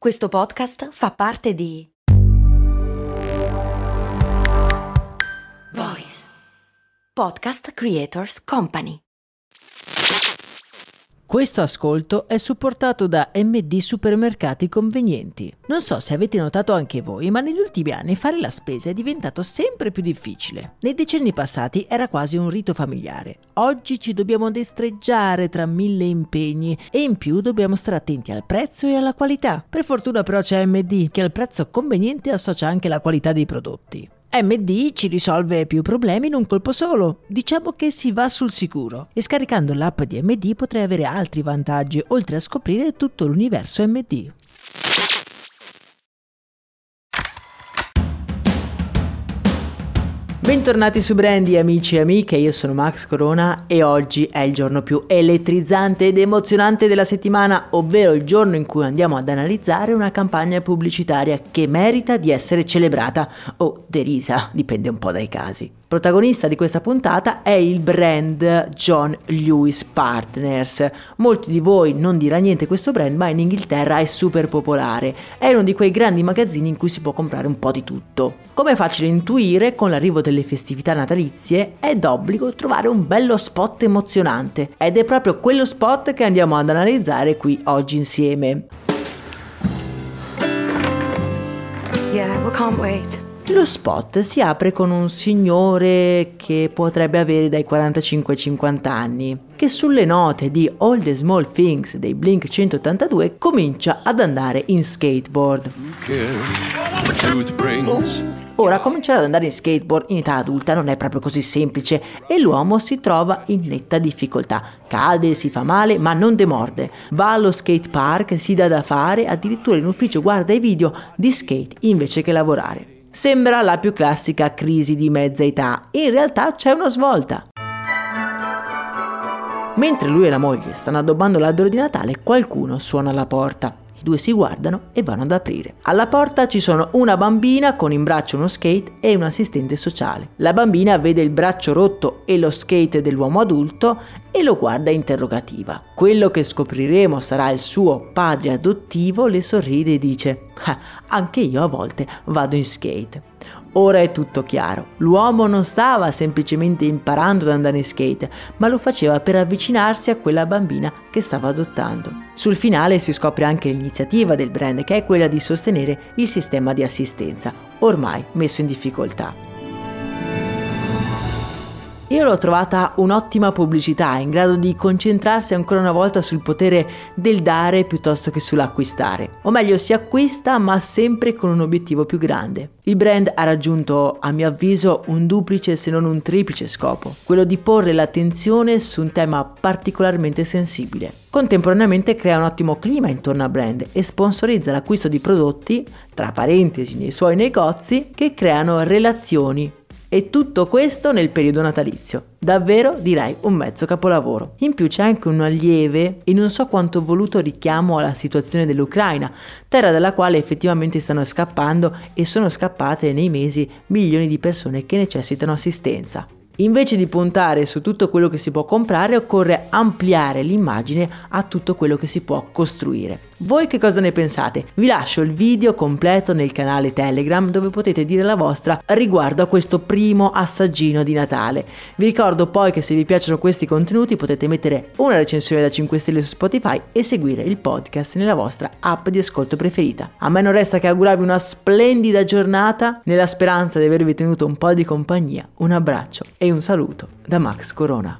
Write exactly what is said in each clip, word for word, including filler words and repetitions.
Questo podcast fa parte di Voice Podcast Creators Company. Questo ascolto è supportato da M D Supermercati Convenienti. Non so se avete notato anche voi, ma negli ultimi anni fare la spesa è diventato sempre più difficile. Nei decenni passati era quasi un rito familiare. Oggi ci dobbiamo destreggiare tra mille impegni e in più dobbiamo stare attenti al prezzo e alla qualità. Per fortuna però c'è M D, che al prezzo conveniente associa anche la qualità dei prodotti. M D ci risolve più problemi in un colpo solo. Diciamo che si va sul sicuro. E scaricando l'app di M D potrai avere altri vantaggi, oltre a scoprire tutto l'universo M D. Bentornati su Brandy, amici e amiche, io sono Max Corona e oggi è il giorno più elettrizzante ed emozionante della settimana, ovvero il giorno in cui andiamo ad analizzare una campagna pubblicitaria che merita di essere celebrata o derisa, dipende un po' dai casi. Protagonista di questa puntata è il brand John Lewis Partners. Molti di voi non dirà niente questo brand, ma in Inghilterra è super popolare. È uno di quei grandi magazzini in cui si può comprare un po' di tutto. Come è facile intuire, con l'arrivo delle festività natalizie è d'obbligo trovare un bello spot emozionante. Ed è proprio quello spot che andiamo ad analizzare qui oggi insieme. Yeah, we can't wait. Lo spot si apre con un signore che potrebbe avere dai quarantacinque ai cinquanta anni, che sulle note di All the Small Things dei Blink centottantadue comincia ad andare in skateboard. Ora, cominciare ad andare in skateboard in età adulta non è proprio così semplice e l'uomo si trova in netta difficoltà. Cade, si fa male, ma non demorde. Va allo skate park, si dà da fare, addirittura in ufficio guarda i video di skate invece che lavorare. Sembra la più classica crisi di mezza età, in realtà c'è una svolta. Mentre lui e la moglie stanno addobbando l'albero di Natale, qualcuno suona alla porta. I due si guardano e vanno ad aprire. Alla porta ci sono una bambina con in braccio uno skate e un assistente sociale. La bambina vede il braccio rotto e lo skate dell'uomo adulto e lo guarda interrogativa. Quello che scopriremo sarà il suo padre adottivo, le sorride e dice: ah, anche io a volte vado in skate. Ora è tutto chiaro. L'uomo non stava semplicemente imparando ad andare in skate, ma lo faceva per avvicinarsi a quella bambina che stava adottando. Sul finale si scopre anche l'iniziativa del brand, che è quella di sostenere il sistema di assistenza, ormai messo in difficoltà. Io l'ho trovata un'ottima pubblicità, in grado di concentrarsi ancora una volta sul potere del dare piuttosto che sull'acquistare. O meglio, si acquista ma sempre con un obiettivo più grande. Il brand ha raggiunto, a mio avviso, un duplice se non un triplice scopo, quello di porre l'attenzione su un tema particolarmente sensibile. Contemporaneamente crea un ottimo clima intorno al brand e sponsorizza l'acquisto di prodotti, tra parentesi nei suoi negozi, che creano relazioni. E tutto questo nel periodo natalizio. Davvero direi un mezzo capolavoro. In più c'è anche un lieve e non so quanto voluto richiamo alla situazione dell'Ucraina, terra dalla quale effettivamente stanno scappando e sono scappate nei mesi milioni di persone che necessitano assistenza. Invece di puntare su tutto quello che si può comprare, occorre ampliare l'immagine a tutto quello che si può costruire. Voi che cosa ne pensate? Vi lascio il video completo nel canale Telegram, dove potete dire la vostra riguardo a questo primo assaggino di Natale. Vi ricordo poi che se vi piacciono questi contenuti potete mettere una recensione da cinque stelle su Spotify e seguire il podcast nella vostra app di ascolto preferita. A me non resta che augurarvi una splendida giornata, nella speranza di avervi tenuto un po' di compagnia. Un abbraccio e un saluto da Max Corona.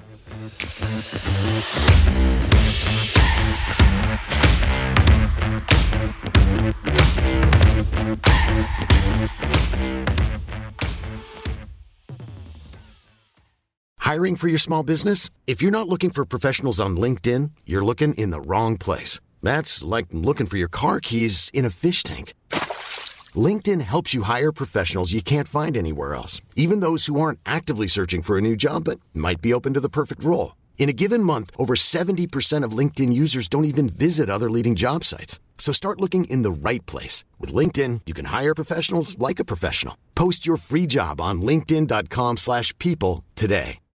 Hiring for your small business? If you're not looking for professionals on LinkedIn, you're looking in the wrong place. That's like looking for your car keys in a fish tank. LinkedIn helps you hire professionals you can't find anywhere else, even those who aren't actively searching for a new job but might be open to the perfect role. In a given month, over seventy percent of LinkedIn users don't even visit other leading job sites. So start looking in the right place. With LinkedIn, you can hire professionals like a professional. Post your free job on linkedin dot com slash people today.